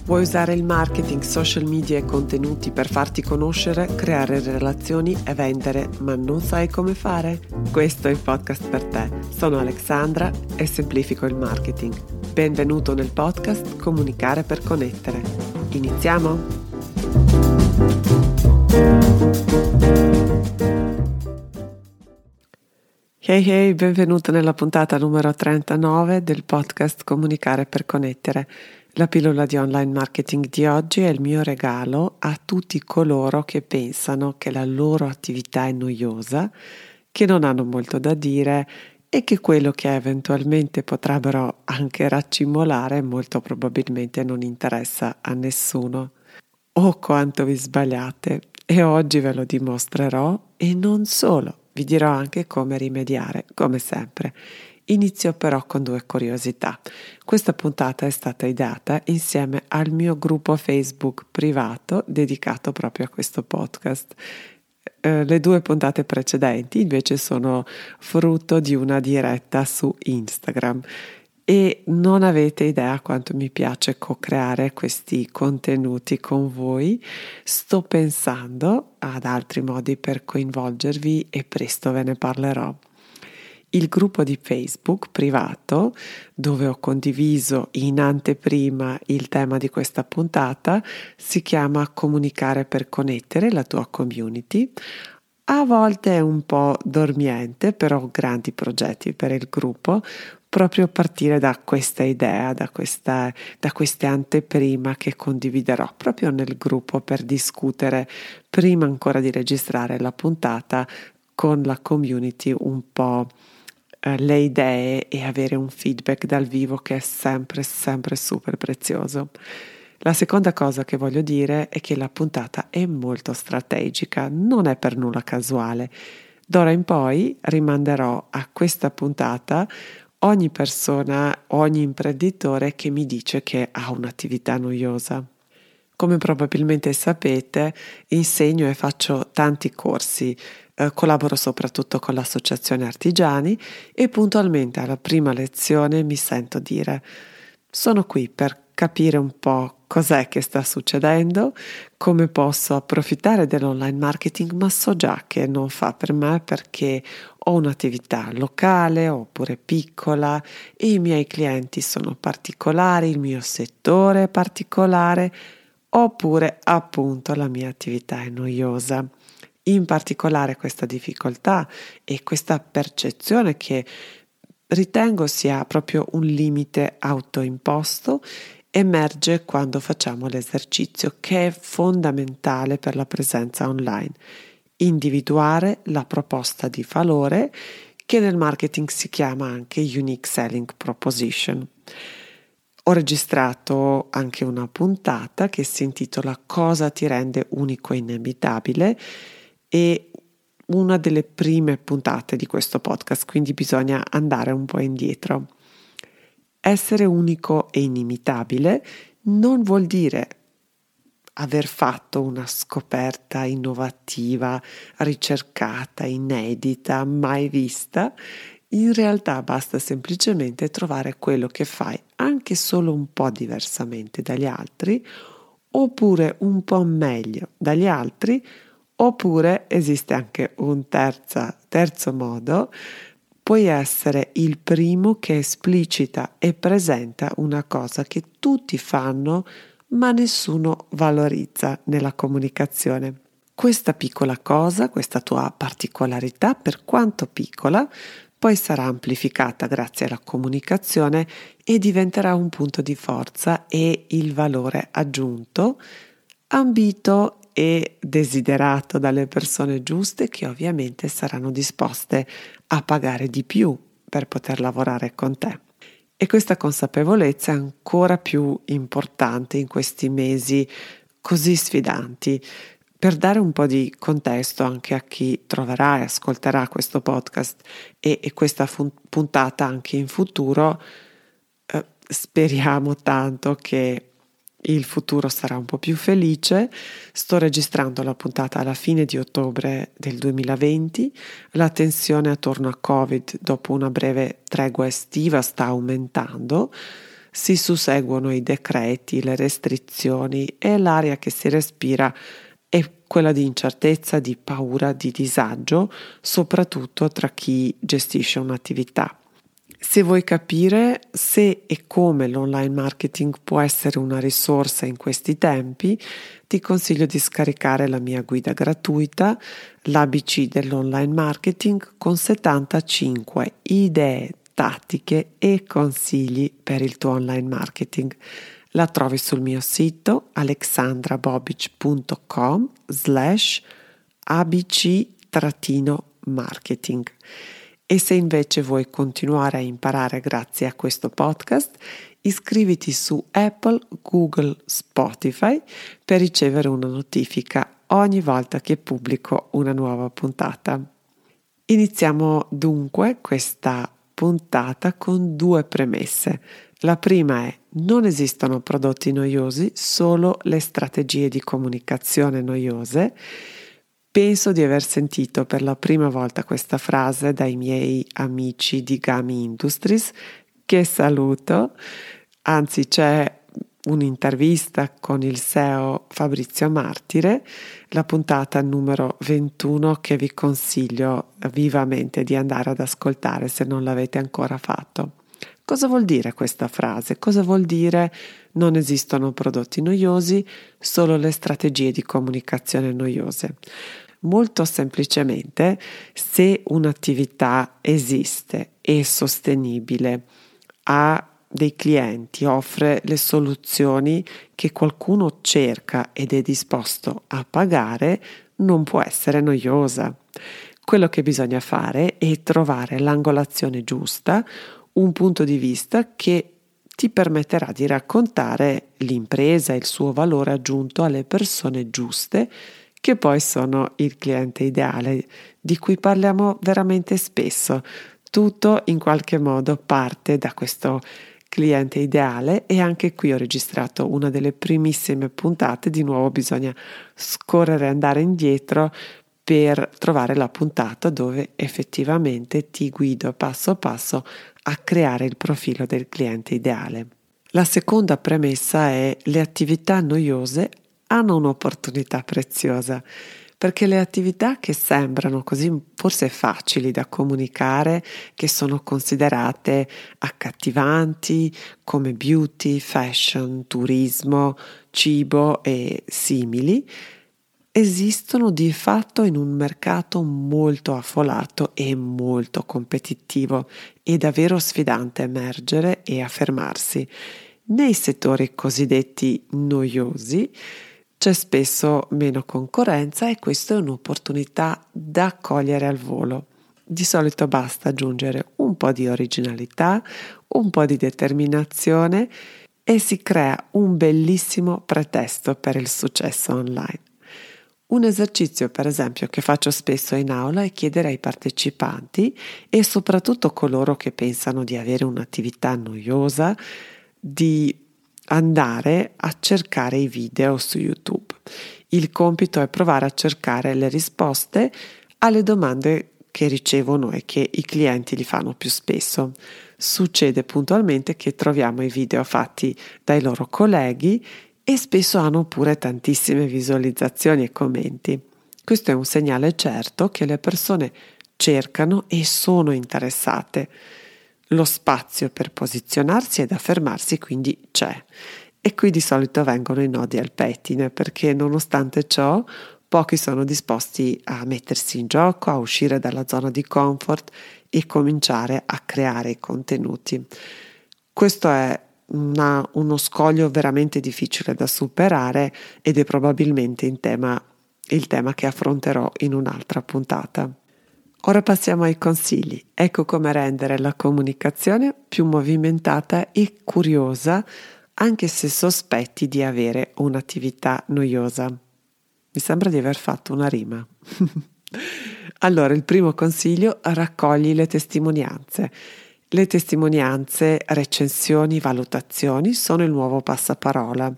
Vuoi usare il marketing, social media e contenuti per farti conoscere, creare relazioni e vendere, ma non sai come fare? Questo è il podcast per te. Sono Alexandra e semplifico il marketing. Benvenuto nel podcast Comunicare per connettere. Iniziamo? Hey, benvenuto nella puntata numero 39 del podcast Comunicare per connettere. La pillola di online marketing di oggi è il mio regalo a tutti coloro che pensano che la loro attività è noiosa, che non hanno molto da dire e che quello che eventualmente potrebbero anche raccimolare molto probabilmente non interessa a nessuno. Oh, quanto vi sbagliate! E oggi ve lo dimostrerò e non solo, vi dirò anche come rimediare, come sempre. Inizio però con due curiosità. Questa puntata è stata ideata insieme al mio gruppo Facebook privato dedicato proprio a questo podcast. Le due puntate precedenti invece sono frutto di una diretta su Instagram. E non avete idea quanto mi piace co-creare questi contenuti con voi. Sto pensando ad altri modi per coinvolgervi e presto ve ne parlerò. Il gruppo di Facebook privato, dove ho condiviso in anteprima il tema di questa puntata, si chiama Comunicare per connettere la tua community. A volte è un po' dormiente, però ho grandi progetti per il gruppo, proprio a partire da questa idea, da queste anteprima che condividerò proprio nel gruppo per discutere prima ancora di registrare la puntata con la community un po' le idee e avere un feedback dal vivo che è sempre super prezioso. La seconda cosa che voglio dire è che la puntata è molto strategica, non è per nulla casuale. D'ora in poi rimanderò a questa puntata ogni persona, ogni imprenditore che mi dice che ha un'attività noiosa. Come probabilmente sapete, insegno e faccio tanti corsi, collaboro soprattutto con l'associazione Artigiani e puntualmente alla prima lezione mi sento dire: sono qui per capire un po' cos'è che sta succedendo, come posso approfittare dell'online marketing, ma so già che non fa per me perché ho un'attività locale oppure piccola e i miei clienti sono particolari, il mio settore è particolare, oppure appunto la mia attività è noiosa. In particolare questa difficoltà e questa percezione che ritengo sia proprio un limite autoimposto emerge quando facciamo l'esercizio che è fondamentale per la presenza online. Individuare la proposta di valore che nel marketing si chiama anche Unique Selling Proposition. Ho registrato anche una puntata che si intitola Cosa ti rende unico e inimitabile e una delle prime puntate di questo podcast, quindi bisogna andare un po' indietro. Essere unico e inimitabile non vuol dire aver fatto una scoperta innovativa, ricercata, inedita, mai vista. In realtà basta semplicemente trovare quello che fai anche solo un po' diversamente dagli altri, oppure un po' meglio dagli altri, oppure esiste anche un terzo modo. Puoi essere il primo che esplicita e presenta una cosa che tutti fanno ma nessuno valorizza nella comunicazione. Questa piccola cosa, questa tua particolarità, per quanto piccola, poi sarà amplificata grazie alla comunicazione e diventerà un punto di forza e il valore aggiunto, ambito e desiderato dalle persone giuste che ovviamente saranno disposte a pagare di più per poter lavorare con te. E questa consapevolezza è ancora più importante in questi mesi così sfidanti. Per dare un po' di contesto anche a chi troverà e ascolterà questo podcast e questa puntata anche in futuro, speriamo tanto che il futuro sarà un po' più felice. Sto registrando la puntata alla fine di ottobre del 2020. La tensione attorno a Covid dopo una breve tregua estiva sta aumentando. si susseguono i decreti, le restrizioni e l'aria che si respira è quella di incertezza, di paura, di disagio, soprattutto tra chi gestisce un'attività. Se vuoi capire se e come l'online marketing può essere una risorsa in questi tempi, ti consiglio di scaricare la mia guida gratuita, l'ABC dell'online marketing, con 75 idee tattiche e consigli per il tuo online marketing. La trovi sul mio sito alexandrabobic.com/abc-marketing. E se invece vuoi continuare a imparare grazie a questo podcast, iscriviti su Apple, Google, Spotify per ricevere una notifica ogni volta che pubblico una nuova puntata. Iniziamo dunque questa puntata con 2 premesse. La prima è: non esistono prodotti noiosi, solo le strategie di comunicazione noiose. Penso di aver sentito per la prima volta questa frase dai miei amici di Gami Industries, che saluto. Anzi, c'è un'intervista con il CEO Fabrizio Martire, la puntata numero 21, che vi consiglio vivamente di andare ad ascoltare se non l'avete ancora fatto. Cosa vuol dire questa frase? Cosa vuol dire non esistono prodotti noiosi, solo le strategie di comunicazione noiose? Molto semplicemente, se un'attività esiste, è sostenibile, ha dei clienti, offre le soluzioni che qualcuno cerca ed è disposto a pagare, non può essere noiosa. Quello che bisogna fare è trovare l'angolazione giusta, un punto di vista che ti permetterà di raccontare l'impresa e il suo valore aggiunto alle persone giuste, che poi sono il cliente ideale, di cui parliamo veramente spesso. Tutto in qualche modo parte da questo cliente ideale, e anche qui ho registrato una delle primissime puntate. Di nuovo bisogna scorrere e andare indietro per trovare la puntata dove effettivamente ti guido passo a creare il profilo del cliente ideale. La seconda premessa è: le attività noiose hanno un'opportunità preziosa, perché le attività che sembrano così forse facili da comunicare, che sono considerate accattivanti come beauty, fashion, turismo, cibo e simili, esistono di fatto in un mercato molto affolato e molto competitivo. È davvero sfidante emergere e affermarsi. Nei settori cosiddetti noiosi c'è spesso meno concorrenza, e questa è un'opportunità da cogliere al volo. Di solito basta aggiungere un po' di originalità, un po' di determinazione, e si crea un bellissimo pretesto per il successo online. Un esercizio, per esempio, che faccio spesso in aula è chiedere ai partecipanti, e soprattutto coloro che pensano di avere un'attività noiosa, di andare a cercare i video su YouTube. Il compito è provare a cercare le risposte alle domande che ricevono e che i clienti li fanno più spesso. Succede puntualmente che troviamo i video fatti dai loro colleghi, e spesso hanno pure tantissime visualizzazioni e commenti. Questo è un segnale certo che le persone cercano e sono interessate. Lo spazio per posizionarsi ed affermarsi quindi c'è. E qui di solito vengono i nodi al pettine, perché nonostante ciò pochi sono disposti a mettersi in gioco, a uscire dalla zona di comfort e cominciare a creare i contenuti. Questo è uno scoglio veramente difficile da superare, ed è probabilmente il tema che affronterò in un'altra puntata. Ora passiamo ai consigli. Ecco come rendere la comunicazione più movimentata e curiosa, anche se sospetti di avere un'attività noiosa. Mi sembra di aver fatto una rima. Allora, il primo consiglio: raccogli le testimonianze. Le testimonianze, recensioni, valutazioni sono il nuovo passaparola.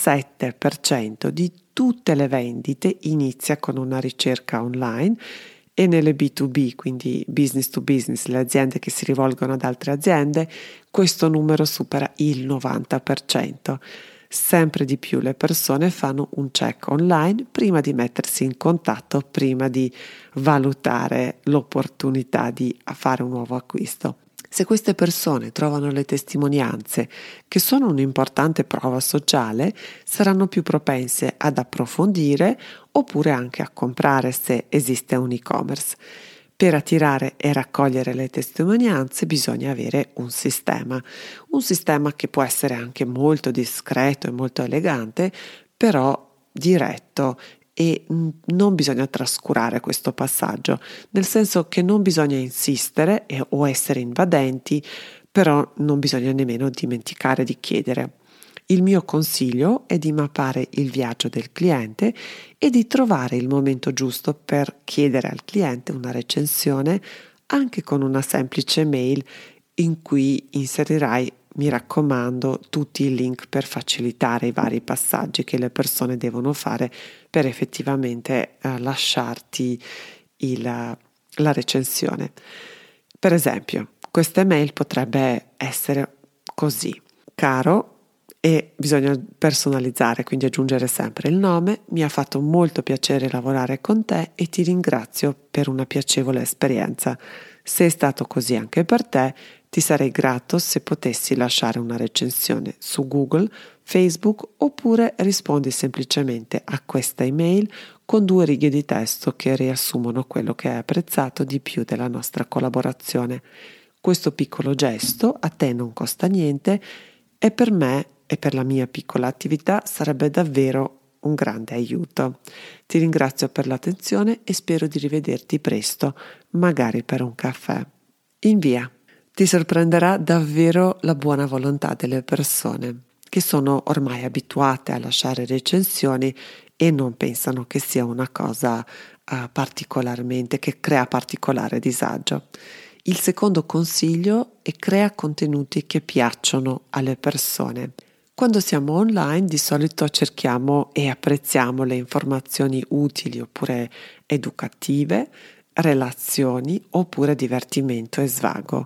L'87% di tutte le vendite inizia con una ricerca online, e nelle B2B, quindi business to business, le aziende che si rivolgono ad altre aziende, questo numero supera il 90%. Sempre di più le persone fanno un check online prima di mettersi in contatto, prima di valutare l'opportunità di fare un nuovo acquisto. Se queste persone trovano le testimonianze, che sono un'importante prova sociale, saranno più propense ad approfondire oppure anche a comprare se esiste un e-commerce. Per attirare e raccogliere le testimonianze bisogna avere un sistema che può essere anche molto discreto e molto elegante, però diretto, e non bisogna trascurare questo passaggio, nel senso che non bisogna insistere o essere invadenti, però non bisogna nemmeno dimenticare di chiedere. Il mio consiglio è di mappare il viaggio del cliente e di trovare il momento giusto per chiedere al cliente una recensione, anche con una semplice mail in cui inserirai, mi raccomando, tutti i link per facilitare i vari passaggi che le persone devono fare per effettivamente lasciarti la recensione. Per esempio, questa mail potrebbe essere così: caro, e bisogna personalizzare, quindi aggiungere sempre il nome. Mi ha fatto molto piacere lavorare con te e ti ringrazio per una piacevole esperienza. Se è stato così anche per te, ti sarei grato se potessi lasciare una recensione su Google, Facebook, oppure rispondi semplicemente a questa email con 2 righe di testo che riassumono quello che hai apprezzato di più della nostra collaborazione. Questo piccolo gesto a te non costa niente e per me e per la mia piccola attività sarebbe davvero un grande aiuto. Ti ringrazio per l'attenzione e spero di rivederti presto, magari per un caffè. Invia. Ti sorprenderà davvero la buona volontà delle persone, che sono ormai abituate a lasciare recensioni e non pensano che sia una cosa particolarmente, che crea particolare disagio. Il secondo consiglio è: crea contenuti che piacciono alle persone. Quando siamo online di solito cerchiamo e apprezziamo le informazioni utili oppure educative, relazioni oppure divertimento e svago.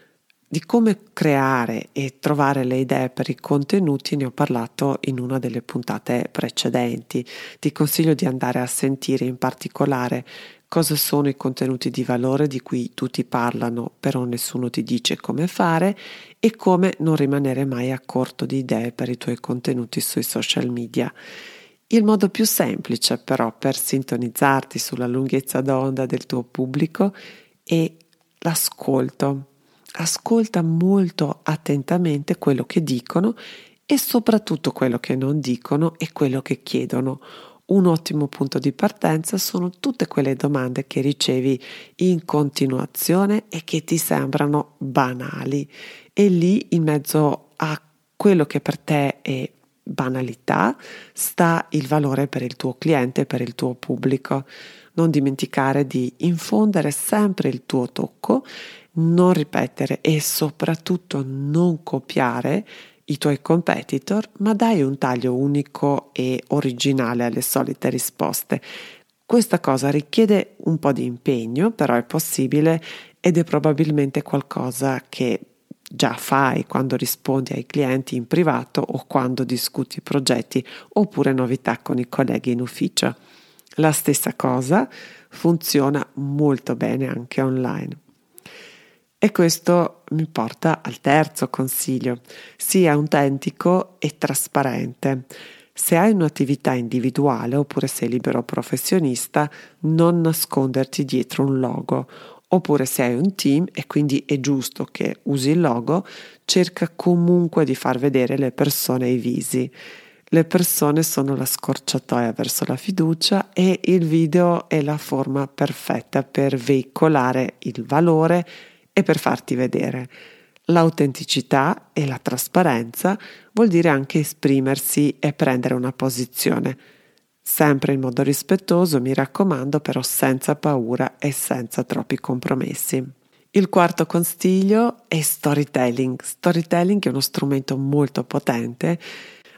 Di come creare e trovare le idee per i contenuti ne ho parlato in una delle puntate precedenti. Ti consiglio di andare a sentire in particolare cosa sono i contenuti di valore di cui tutti parlano, però nessuno ti dice come fare, e come non rimanere mai a corto di idee per i tuoi contenuti sui social media. Il modo più semplice però per sintonizzarti sulla lunghezza d'onda del tuo pubblico è l'ascolto. Ascolta molto attentamente quello che dicono e soprattutto quello che non dicono e quello che chiedono. Un ottimo punto di partenza sono tutte quelle domande che ricevi in continuazione e che ti sembrano banali, e lì in mezzo a quello che per te è banalità sta il valore per il tuo cliente e per il tuo pubblico. Non dimenticare di infondere sempre il tuo tocco, non ripetere e soprattutto non copiare i tuoi competitor, ma dai un taglio unico e originale alle solite risposte. Questa cosa richiede un po' di impegno, però è possibile ed è probabilmente qualcosa che già fai quando rispondi ai clienti in privato o quando discuti progetti oppure novità con i colleghi in ufficio. La stessa cosa funziona molto bene anche online. E questo mi porta al terzo consiglio: sii autentico e trasparente. Se hai un'attività individuale oppure sei libero professionista, non nasconderti dietro un logo. Oppure se hai un team e quindi è giusto che usi il logo, cerca comunque di far vedere le persone e i visi. Le persone sono la scorciatoia verso la fiducia e il video è la forma perfetta per veicolare il valore e per farti vedere. L'autenticità e la trasparenza vuol dire anche esprimersi e prendere una posizione, sempre in modo rispettoso, mi raccomando, però senza paura e senza troppi compromessi. Il quarto consiglio è storytelling. Storytelling è uno strumento molto potente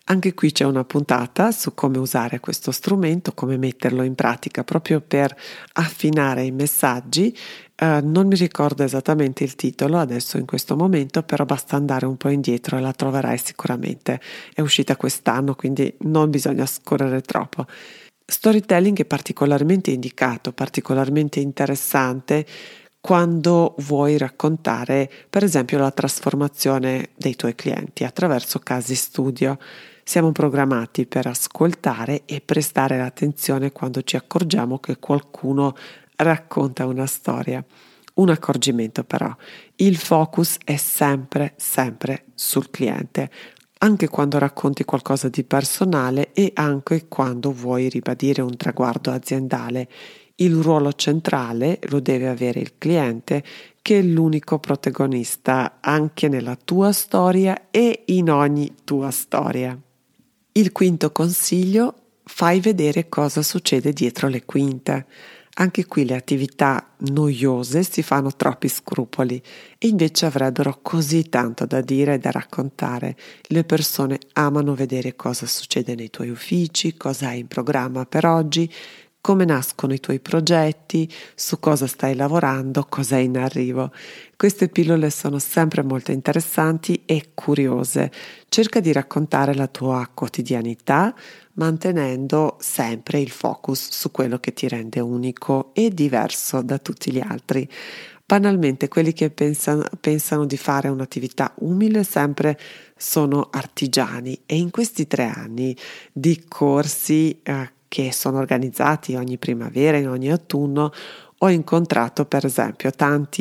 Anche qui c'è una puntata su come usare questo strumento, come metterlo in pratica proprio per affinare i messaggi. Non mi ricordo esattamente il titolo adesso in questo momento, però basta andare un po' indietro e la troverai sicuramente. È uscita quest'anno, quindi non bisogna scorrere troppo. Storytelling è particolarmente indicato, particolarmente interessante quando vuoi raccontare, per esempio, la trasformazione dei tuoi clienti attraverso casi studio. Siamo programmati per ascoltare e prestare l'attenzione quando ci accorgiamo che qualcuno racconta una storia. Un accorgimento però, il focus è sempre, sempre sul cliente, anche quando racconti qualcosa di personale e anche quando vuoi ribadire un traguardo aziendale. Il ruolo centrale lo deve avere il cliente, che è l'unico protagonista anche nella tua storia e in ogni tua storia. Il quinto consiglio: fai vedere cosa succede dietro le quinte. Anche qui le attività noiose si fanno troppi scrupoli e invece avrebbero così tanto da dire e da raccontare. Le persone amano vedere cosa succede nei tuoi uffici, cosa hai in programma per oggi, come nascono i tuoi progetti, su cosa stai lavorando, cosa è in arrivo. Queste pillole sono sempre molto interessanti e curiose. Cerca di raccontare la tua quotidianità, mantenendo sempre il focus su quello che ti rende unico e diverso da tutti gli altri. Banalmente, quelli che pensano di fare un'attività umile sempre sono artigiani, e in questi 3 anni di corsi che sono organizzati ogni primavera e ogni autunno, ho incontrato per esempio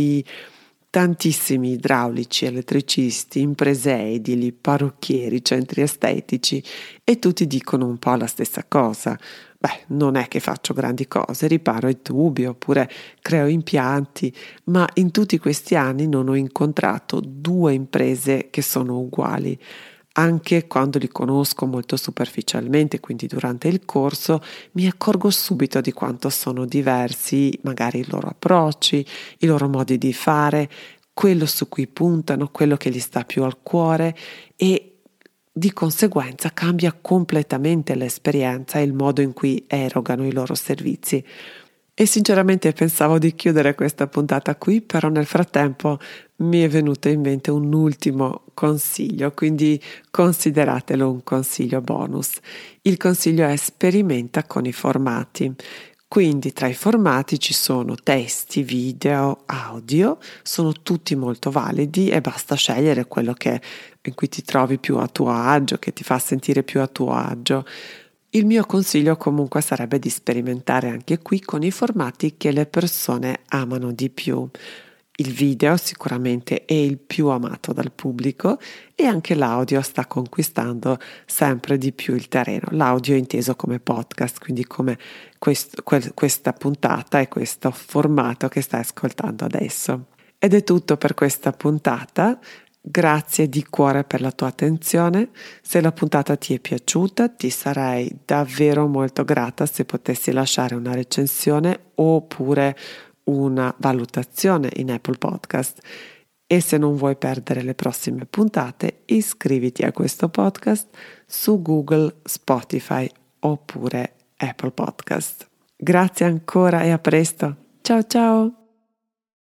tantissimi idraulici, elettricisti, imprese edili, parrucchieri, centri estetici, e tutti dicono un po' la stessa cosa. Beh, non è che faccio grandi cose, riparo i tubi oppure creo impianti, ma in tutti questi anni non ho incontrato 2 imprese che sono uguali. Anche quando li conosco molto superficialmente, quindi durante il corso, mi accorgo subito di quanto sono diversi, magari i loro approcci, i loro modi di fare, quello su cui puntano, quello che gli sta più al cuore, e di conseguenza cambia completamente l'esperienza e il modo in cui erogano i loro servizi. E sinceramente pensavo di chiudere questa puntata qui, però nel frattempo mi è venuto in mente un ultimo consiglio, quindi consideratelo un consiglio bonus. Il consiglio è: sperimenta con i formati. Quindi tra i formati ci sono testi, video, audio, sono tutti molto validi e basta scegliere quello in cui ti trovi più a tuo agio, che ti fa sentire più a tuo agio. Il mio consiglio comunque sarebbe di sperimentare anche qui con i formati che le persone amano di più. Il video sicuramente è il più amato dal pubblico, e anche l'audio sta conquistando sempre di più il terreno. L'audio è inteso come podcast, quindi come questa puntata e questo formato che stai ascoltando adesso. Ed è tutto per questa puntata. Grazie di cuore per la tua attenzione. Se la puntata ti è piaciuta, ti sarei davvero molto grata se potessi lasciare una recensione oppure una valutazione in Apple Podcast. E se non vuoi perdere le prossime puntate, iscriviti a questo podcast su Google, Spotify oppure Apple Podcast. Grazie ancora e a presto. Ciao ciao!